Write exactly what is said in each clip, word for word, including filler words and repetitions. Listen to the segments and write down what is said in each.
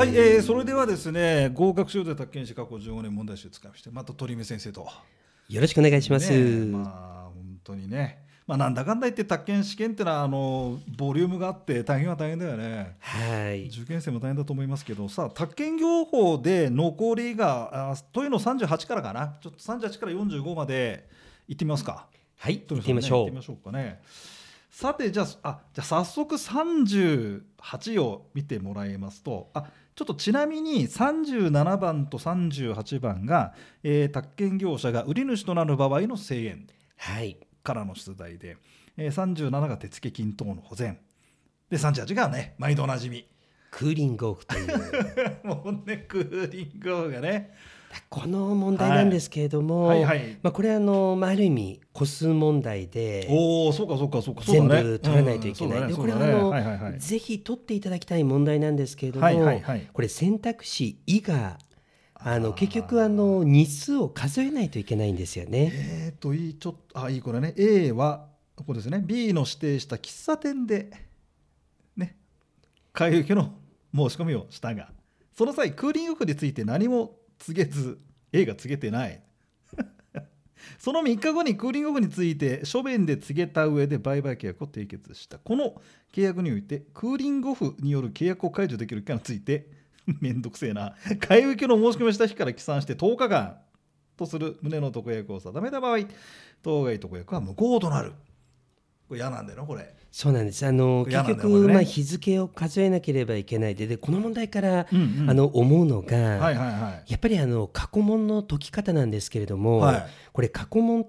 、えー、それではですね、合格賞で宅建士過去じゅうごねん問題集使いまして、また鳥海先生とよろしくお願いします。 ね、まあ本当にね、まあ、なんだかんだ言って宅建試験ってのはあのボリュームがあって大変は大変だよね。 はい。 受験生も大変だと思いますけど、さあ宅建業法で残りがあというのさんじゅうはちからかな、ちょっとさんじゅうはちからよんじゅうごまで行ってみますか。 はい、 行行ってみましょう。 行ってみましょうかね。さてじゃあ、あじゃあ早速さんじゅうはちを見てもらいますと、あちょっとちなみにさんじゅうななばんとさんじゅうはちばんが、えー、宅建業者が売り主となる場合の制限からの出題で、えー、さんじゅうななが手付金等の保全で、さんじゅうはちがね毎度おなじみクーリングオフというもうねクーリングオフがね、 この問題なんですけれども、 はいはいはい、 まあ、これはあの、まあ、ある意味個数問題でおーそうかそうかそうか、 全部取らないといけない、 うん、 でそうだね、 これはあの、 はいはいはい、 ぜひ取っていただきたい問題なんですけれども、 はいはいはい、 これ選択肢以があの結局あの日数を数えないといけないんですよね。 えーといいちょっとあいいこれね A はここですね、 B の指定した喫茶店でね買い受けの申し込みをしたが、その際クーリングオフについて何も告げず A が告げてないそのみっかごにクーリングオフについて書面で告げた上で売買契約を締結した。この契約においてクーリングオフによる契約を解除できる期間についてめんどくせえな、買い受けの申し込みをした日から起算してとおかかんとする旨の特約を定めた場合、当該特約は無効となる。これ嫌なんだよなこれ。 そうなんです。あの結局、ね、まあ、日付を数えなければいけないで、でこの問題から、うんうん、あの思うのが、はいはいはい、やっぱりあの過去問の解き方なんですけれども、はい、これ過去問って、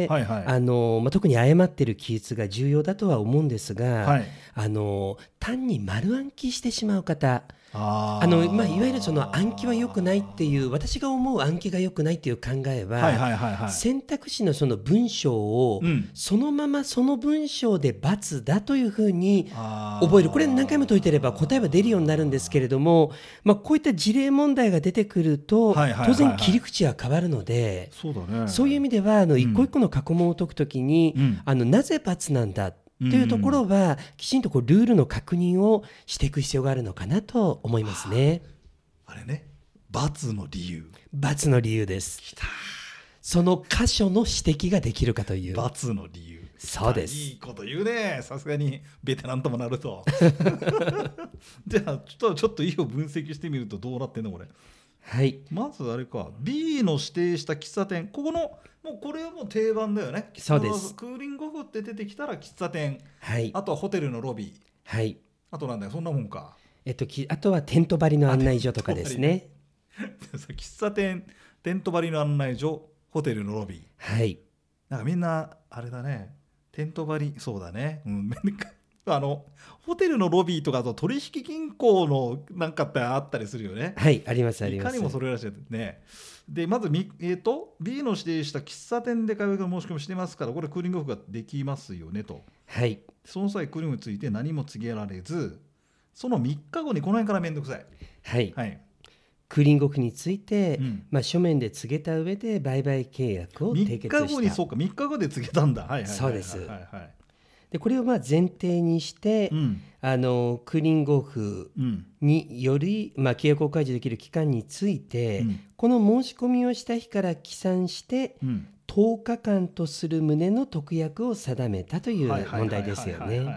はいはい、あのまあ、特に誤っている記述が重要だとは思うんですが、はい、あの単に丸暗記してしまう方、あのまあ、いわゆるその暗記は良くないっていう、私が思う暗記が良くないっていう考えは、はいはいはいはい、選択肢のその文章を、うん、そのままその文章で×だというふうに覚える。これ何回も解いてれば答えは出るようになるんですけれども、まあ、こういった事例問題が出てくると、はいはいはいはい、当然切り口は変わるので、そうだね、そういう意味ではあの一個一個の過去問を解くときに、うん、あのなぜ×なんだというところはきちんとこうルールの確認をしていく必要があるのかなと思いますね。 あれね、×の理由 ×の理由です。きた、その箇所の指摘ができるかという ×の理由。 そうです。 いいこと言うね、さすがにベテランともなるとじゃあちょっとちょっと意を分析してみるとどうなってんのこれ。 はい、 まずあれか B の指定した喫茶店、ここのもうこれはもう定番だよね。 そうです。 クーリングオフって出てきたら喫茶店、 はい、 あとはホテルのロビー、 はい、 あとなんだよそんなもんか、 えっと、きあとはテント張りの案内所とかですね喫茶店、テント張りの案内所、ホテルのロビー、 はい、 なんかみんなあれだね、テント張り、そうだね、うん、あのホテルのロビーとかと取引銀行のなんかってあったりするよね。 はい、ありますあります。 いかにもそれらしいね。でまず、えー、と B の指定した喫茶店で買い受けの申し込みしてますから、これクーリングオフができますよねと。 はい、 その際クーリングについて何も告げられず、そのみっかごにこの辺からめんどくさい、 はい、はい、クーリングオフについて、うん、まあ、書面で告げた上で売買契約を締結した。 みっかごに、そうかみっかごで告げたんだ、はいはいはいはい、 そうです。でこれをまあ前提にして、うん、あのクーリングオフにより、まあ、契約を解除できる期間について、うん、この申し込みをした日から起算して、うん、とおかかんとする旨の特約を定めたという問題ですよね。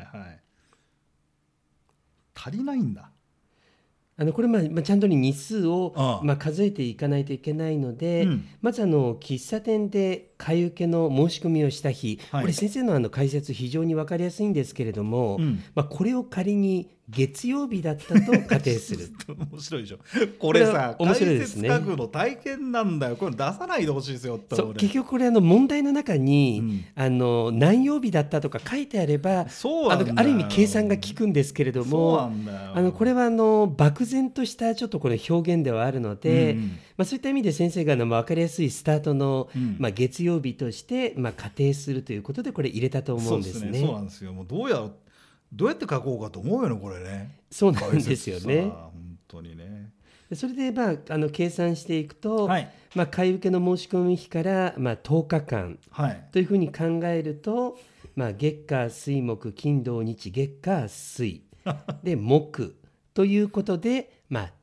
足りないんだ。 あのこれまあちゃんとに日数をああまあ数えていかないといけないので、うん、まずあの喫茶店で買い受けの申し込みをした日、はい、これ先生のあの解説非常に分かりやすいんですけれども、うん、まあ、これを仮に月曜日だったと仮定する面白いでしょこれさ、面白いですね、解説書くの大変なんだよ、これ出さないでほしいですよ。 そう結局これあの問題の中に、うん、あの何曜日だったとか書いてあれば、あのある意味計算が効くんですけれども、あのこれはあの漠然としたちょっとこれ表現ではあるので、うんうん、まあ、そういった意味で先生があの分かりやすいスタートの、うん、まあ、月曜日としてまあ仮定するということでこれ入れたと思うんですね。 そうですね、そうなんですよ。もうどうやどうやって書こうかと思うよねこれね。 そうなんですよね。 本当にね。 それで、まあ、あの計算していくと、はい、まあ、買い受けの申し込み日から、まあ、とおかかんというふうに考えると、まあ、月火水木金土日月火水で木ということで、まあ、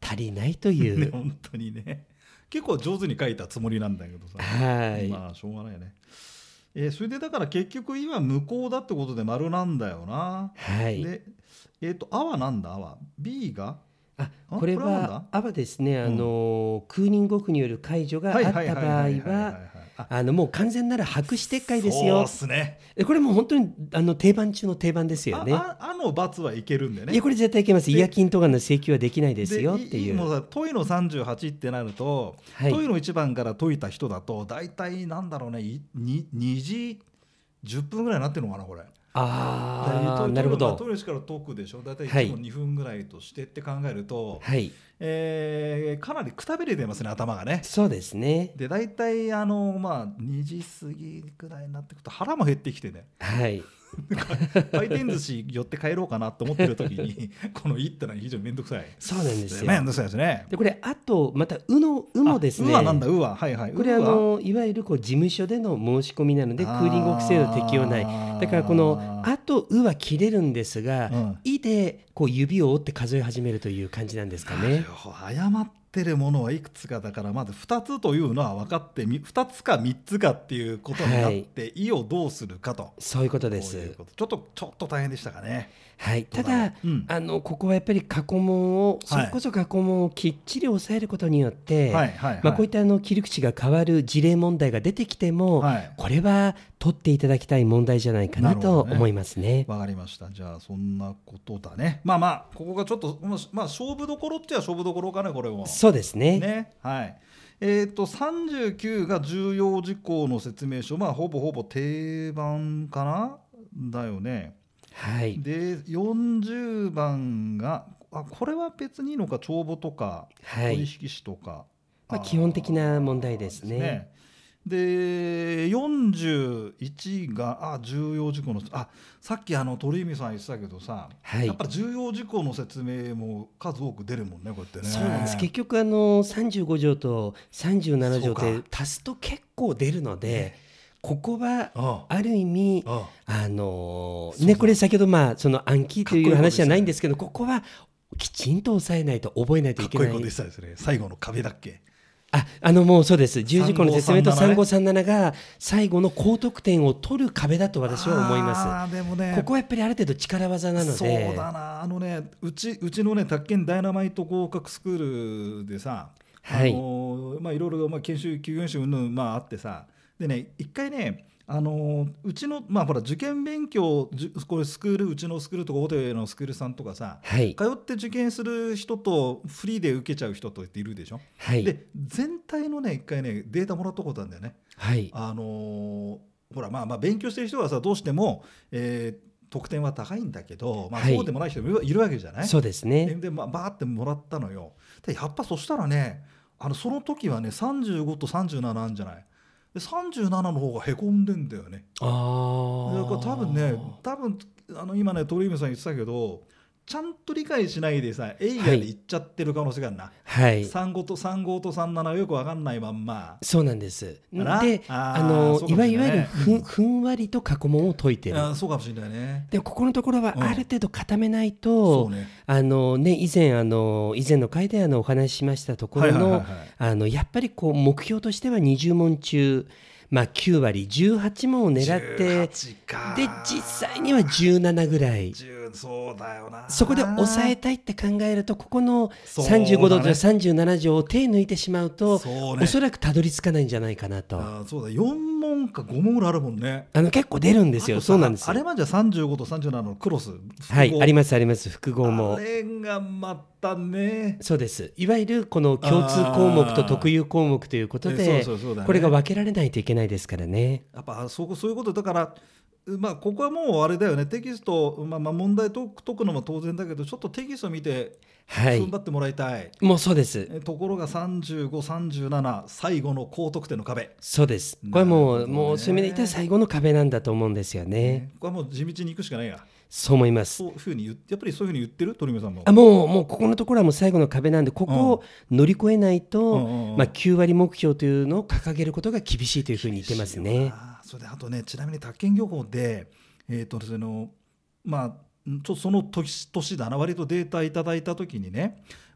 足りないという、 ね、本当にね結構上手に書いたつもりなんだけどさ、 はい、 まあしょうがないよね。えー、それでだから結局今無効だってことで丸なんだよな。 はい、 でえっ、ー、とあはなんだ、あは B があこれはあはですね、あの、うん、空人語符による解除があった場合はあのもう完全なら白紙撤回ですよ。 そうっすね。 これもう本当にあの定番中の定番ですよね。 あ, あ, あの罰はいけるんだよね。 いやこれ絶対いけます。違約金とかの請求はできないですよっていう。 もうさ問いのさんじゅうはちってなると、はい、問いのいちばんから解いた人だと大体なんだろうね 2, 2時じゅっぷんぐらいになってるのかなこれ。 ああなるほど。 トイレから解くでしょ。だいたいいちもにふんぐらいとしてって考えると、 はい、 えー、かなりくたびれてますね頭がね。 そうですね。 でだいたいあのまあにじ過ぎくらいになってくると腹も減ってきてね。 はい回転寿司寄って帰ろうかなと思ってる時にこの「い」ってのは非常に面倒くさい。 そうなんですよ。 面倒くさいですね。 でこれあとまた「う」の「う」もですね。 うはなんだ「う」ははいはい。 これあのいわゆるこう事務所での申し込みなのでクーリングオフ制度適用ない。だからこの「あ」と「う」は切れるんですが「うん、い」でこう指を折って数え始めるという感じなんですかね。 誤ってるものはいくつかだからまずふたつというのは分かってふたつかみっつかっていうことになって、はい、いをどうするかと。 そういうことです。 ううちょっとちょっと大変でしたかね。 はい、ただ、うん、あのここはやっぱり過去問を、それこそ過去問をきっちり抑えることによって、はいはいはい、まあ、こういったあの切り口が変わる事例問題が出てきても、はい、これは取っていただきたい問題じゃないかなと思いますね。 わ、ね、かりました。じゃあそんなことだね。まあまあここがちょっと、まあ、勝負どころっては勝負どころかねこれも。 そうですね。 ね、はい。えー、とさんじゅうきゅうが重要事項の説明書、まあほぼほぼ定番かなだよね。 はい、 でよんじゅうばんがあこれは別にいいのか帳簿とか、はい、取引士とか、 まあ、基本的な問題ですね。 でよんじゅういちがあ重要事項のあさっきあの鳥海さん言ってたけどさ、はい、やっぱり重要事項の説明も数多く出るもんねこうやってね。 そうなんです。結局あのさんじゅうご条とさんじゅうなな条って足すと結構出るので、ね、ここはある意味ああのねこれ先ほどまあその暗記という話じゃないんですけど、ここはきちんと抑えないと覚えないといけない。 かっこいいことでしたですね。最後の壁だっけ。 ああのもうそうです。じゅう事項の説明とさんごさんななが最後の高得点を取る壁だと私は思います。 あでもねここはやっぱりある程度力技なので。 そうだなあのねうちうちのね宅建ダイナマイト合格スクールでさ、はい、あのまあいろいろまあ研修休業種うんまああってさでね一回ねあのうちのまあほら受験勉強これスクールうちのスクールとか大手のスクールさんとかさ、はい、通って受験する人とフリーで受けちゃう人とっているでしょ、はい、で全体のね一回ねデータもらったことあるんだよね、はい、あのほらまあまあ勉強してる人はさどうしても、えー、得点は高いんだけど、まあ、そうでもない人もいるわけじゃない、はい、 そうですね。 で、まあ、バーってもらったのよ。でやっぱそしたらねあのその時はねさんじゅうごとさんじゅうななあるんじゃない。さんじゅうななの方がへこんでんだよね。あだから多分ね多分あの今ね鳥海さん言ってたけどちゃんと理解しないでさエイヤーで言っちゃってる可能性があるな、はい、さんごとさんごとさんななよく分かんないまんま。 そうなんです。でああのいわゆる ふ,、うん、ふんわりと過去問を解いてる。 あそうかもしれないね。 でここのところはある程度固めないと、うんねあのね、以前あの以前の回であのお話ししましたところのやっぱりこう目標としてはにじゅう問中まあ、きゅう割じゅうはち問を狙ってで実際にはじゅうななぐらい。 そうだよな。 そこで抑えたいって考えるとここのさんじゅうごどとさんじゅうなな条を手抜いてしまうとう、ね、おそらくたどり着かないんじゃないかなと。 あそうだよん問かご問ぐらいあるもんね。 あの結構出るんですよ。そうなんです。 あれまじゃさんじゅうごとさんじゅうななのクロスはいありますあります複合もあれがまたねそうです。いわゆるこの共通項目と特有項目ということでこれが分けられないといけないですからね。 やっぱそこそういうことだからまあ、ここはもうあれだよねテキスト、まあ、まあ問題解くのも当然だけどちょっとテキスト見て踏ん張ってもらいたい、はい、 もうそうです。 ところがさんじゅうご、さんじゅうなな最後の高得点の壁。 そうです。これもう、もうそういう意味で言ったら最後の壁なんだと思うんですよね。ねこれはもう地道に行くしかないや。 そう思います。 そういうふうにやっぱりそういうふうに言ってる鳥海さんも。 あもうもうここのところはもう最後の壁なんでここを乗り越えないと、うんうんうんまあ、きゅう割目標というのを掲げることが厳しいというふうに言ってますね。 それであとねちなみに宅建業法でえーとそのまあ、ちょっとその 年, 年だな割とデータいただいたときにね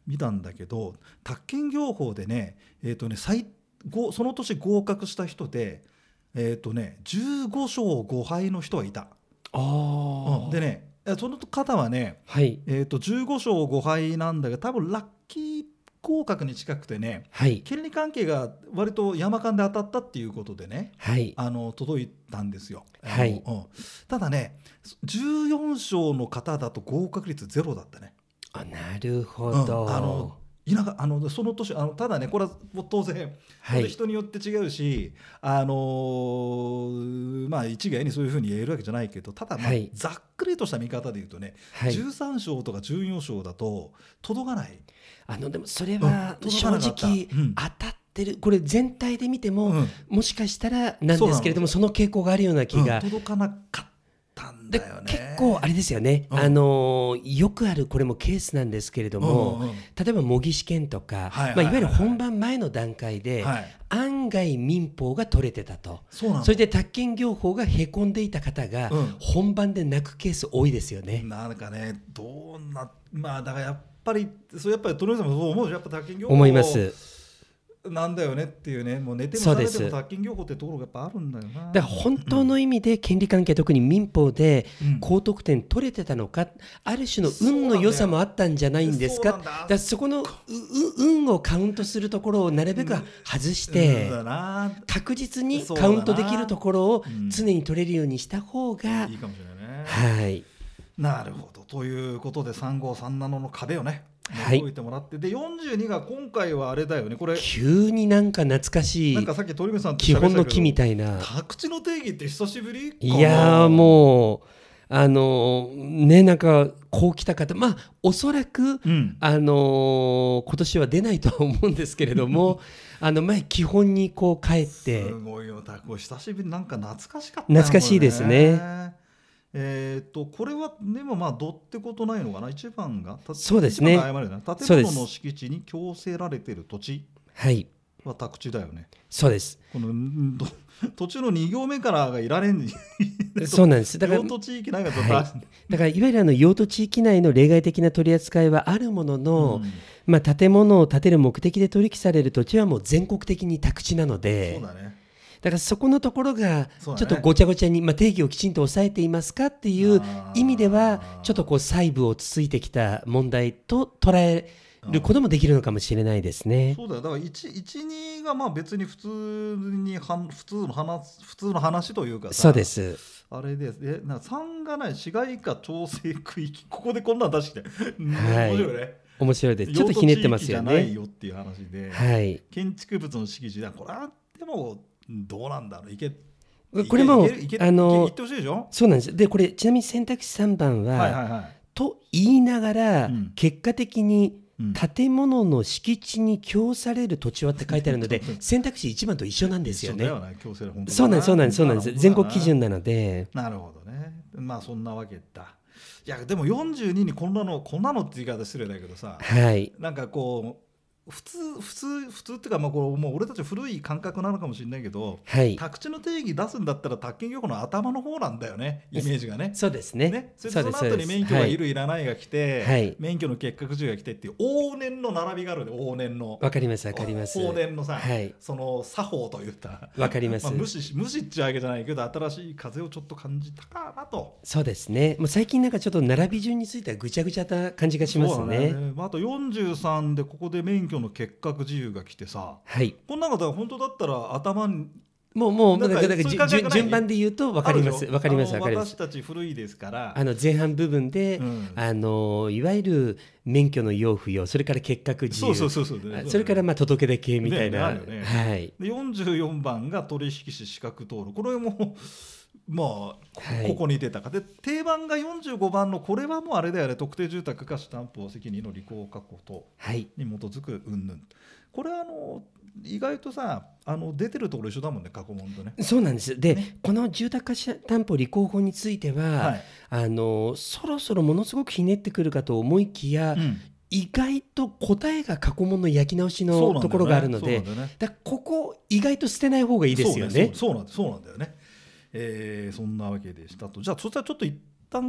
見たんだけど、宅建業法でね、えーとね最その年合格した人で、えーとね、じゅうごしょうごはいの人はいた。 あ、 うん、でね、その方はね、 はい、 えーとじゅうごしょうごはいなんだけど、多分ラッキー合格に近くてね、 はい、 権利関係が割と山間で当たったっていうことでね、 はい、 あの届いたんですよ。 はい、 うん、ただね、じゅうよんしょうの方だと合格率ゼロだったね。 あ、なるほど、 うん、あの田舎あのその年あのただね、これは当然、はい、人によって違うし、あのー、まあ一概にそういうふうに言えるわけじゃないけど、ただまあ、はい、ざっくりとした見方で言うとね、はい、じゅうさんしょうとかじゅうよんしょうだと届かない。 あのでもそれは正直、うん、当たってる、これ全体で見ても、うん、もしかしたらなんですけれども、その傾向があるような気が、 うん、届かなかったんだよね。 結構あれですよね、うん、あのよくあるこれもケースなんですけれども、うんうん、例えば模擬試験とか、はいはいはいはい、まあ、いわゆる本番前の段階で、はい、案外民法が取れてたと、 そ, それで宅建業法がへこんでいた方が、うん、本番で泣くケース多いですよね。 なんかね、どうな、まあだからやっぱりそうやっぱり鳥海さんもそう思うし、やっぱ宅建業法思いますなんだよねっていうね、もう寝ても覚めても宅建業法ってところがやっぱあるんだよな。 だから本当の意味で権利関係、うん、特に民法で高得点取れてたのか、うん、ある種の運の良さもあったんじゃないんですか。 そ, だだからそこの運をカウントするところをなるべく外して、うん、確実にカウントできるところを常に取れるようにした方がいいかもしれないね。 はい、 なるほど。ということでさんごうさんななの壁をね覗いてもらって、はい、でよんじゅうにが今回はあれだよね、これ急になんか懐かしい、 なんかさっき鳥海さんと基本の木みたいな、 宅地の定義って久しぶりかな。 いやもうあのね、なんかこう来た方、まあおそらく、うん、あの今年は出ないとは思うんですけれどもあの前基本にこう帰って、 すごいよ、久しぶり、なんか懐かしかった、ね、 懐かしいですね。 えー、とこれはでもまあどってことないのかな。いちばんがそうですね、 建物の敷地に強制られている土地は宅地だよね。 そうです。 この土地のに行目からがいられんそうなんです。だから用途地域内が、 はい、だからいわゆるあの用途地域内の例外的な取り扱いはあるものの、うん、まあ、建物を建てる目的で取引される土地はもう全国的に宅地なので、 そうだね、 だからそこのところがちょっとごちゃごちゃに、まあ、定義をきちんと抑えていますかっていう意味ではちょっとこう細部をつついてきた問題と捉えることもできるのかもしれないですね。 そうだよ。だからいち、にがまあ別に普通には普通の話普通の話というかさ、 そうです。 あれです。えなんかさんがない市街化調整区域、ここでこんなの出して、 はい、面白いね。面白いです。ちょっとひねってますよね。 用途地域じゃないよっていう話で、 はい、 建築物の敷地だ。これはでもどうなんだろう。いけこれもあの言ってほしいでしょ。 そうなんです。でこれちなみに選択肢さんばんは、はいはいはい、と言いながら、うん、結果的に建物の敷地に供される土地はって書いてあるので選択肢いちばんと一緒なんですよね。そうなんですそうなんですそうなんです。全国基準なので。 なるほどね。まあそんなわけだ。いやでもよんじゅうににこんなのこんなのって言い方失礼だけどさ、 はい、 なんかこう普通普通普通っていうか、まあこれもう俺たち古い感覚なのかもしれないけど、はい、宅地の定義出すんだったら宅建業法の頭の方なんだよね、イメージがね。 そうですね。 ね、それでその後に免許がいるいらないが来て、はい、免許の結果受が来てっていう往年の並びがあるので、往年のわかりますわかります。 往年のさ、 はい、 その作法といったわかります、 まあ、無視無視っちゃうわけじゃないけど新しい風をちょっと感じたかなと。 そうですね。もう最近なんかちょっと並び順についてはぐちゃぐちゃな感じがしますね。そうだね。 あとよんじゅうさんでここで免許の結果自由が来てさ、 はい、 こんなのだ本当だったら頭にもうもうなんかなんか順番で言うと分かります分かります分かります。 私たち古いですからあの前半部分で、うん、あのいわゆる免許の要不要、それから結核自由、 そうそうそうそう、ね、 それからまあ届け出系みたいな、 ねね、 はい、 でよんじゅうよんばんが取引士資格登録、これもまあ こ,、はい、ここに出たかで、定番がよんじゅうごばんのこれはもうあれだよね、特定住宅か主担保責任の履行確保等に基づく云々、はい、これはあの意外とさあの出てるところ一緒だもんね、過去問とね。 そうなんです。で、ね、この住宅価値担保履行法については、はい、あのそろそろものすごくひねってくるかと思いきや、うん、意外と答えが過去問の焼き直しのところがあるので、だ、ね、だここ意外と捨てない方がいいですよね。 そうね、そう、そうなんだよね。えー、そんなわけでしたと。じゃあそしたらちょっと一旦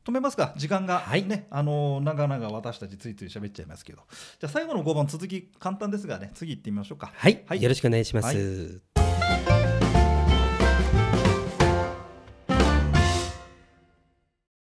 止めますか、時間が、ね、はい、あの長々私たちついつい喋っちゃいますけど、じゃあ最後のごばん続き簡単ですがね、次行ってみましょうか。 はい、はい、よろしくお願いします。はい。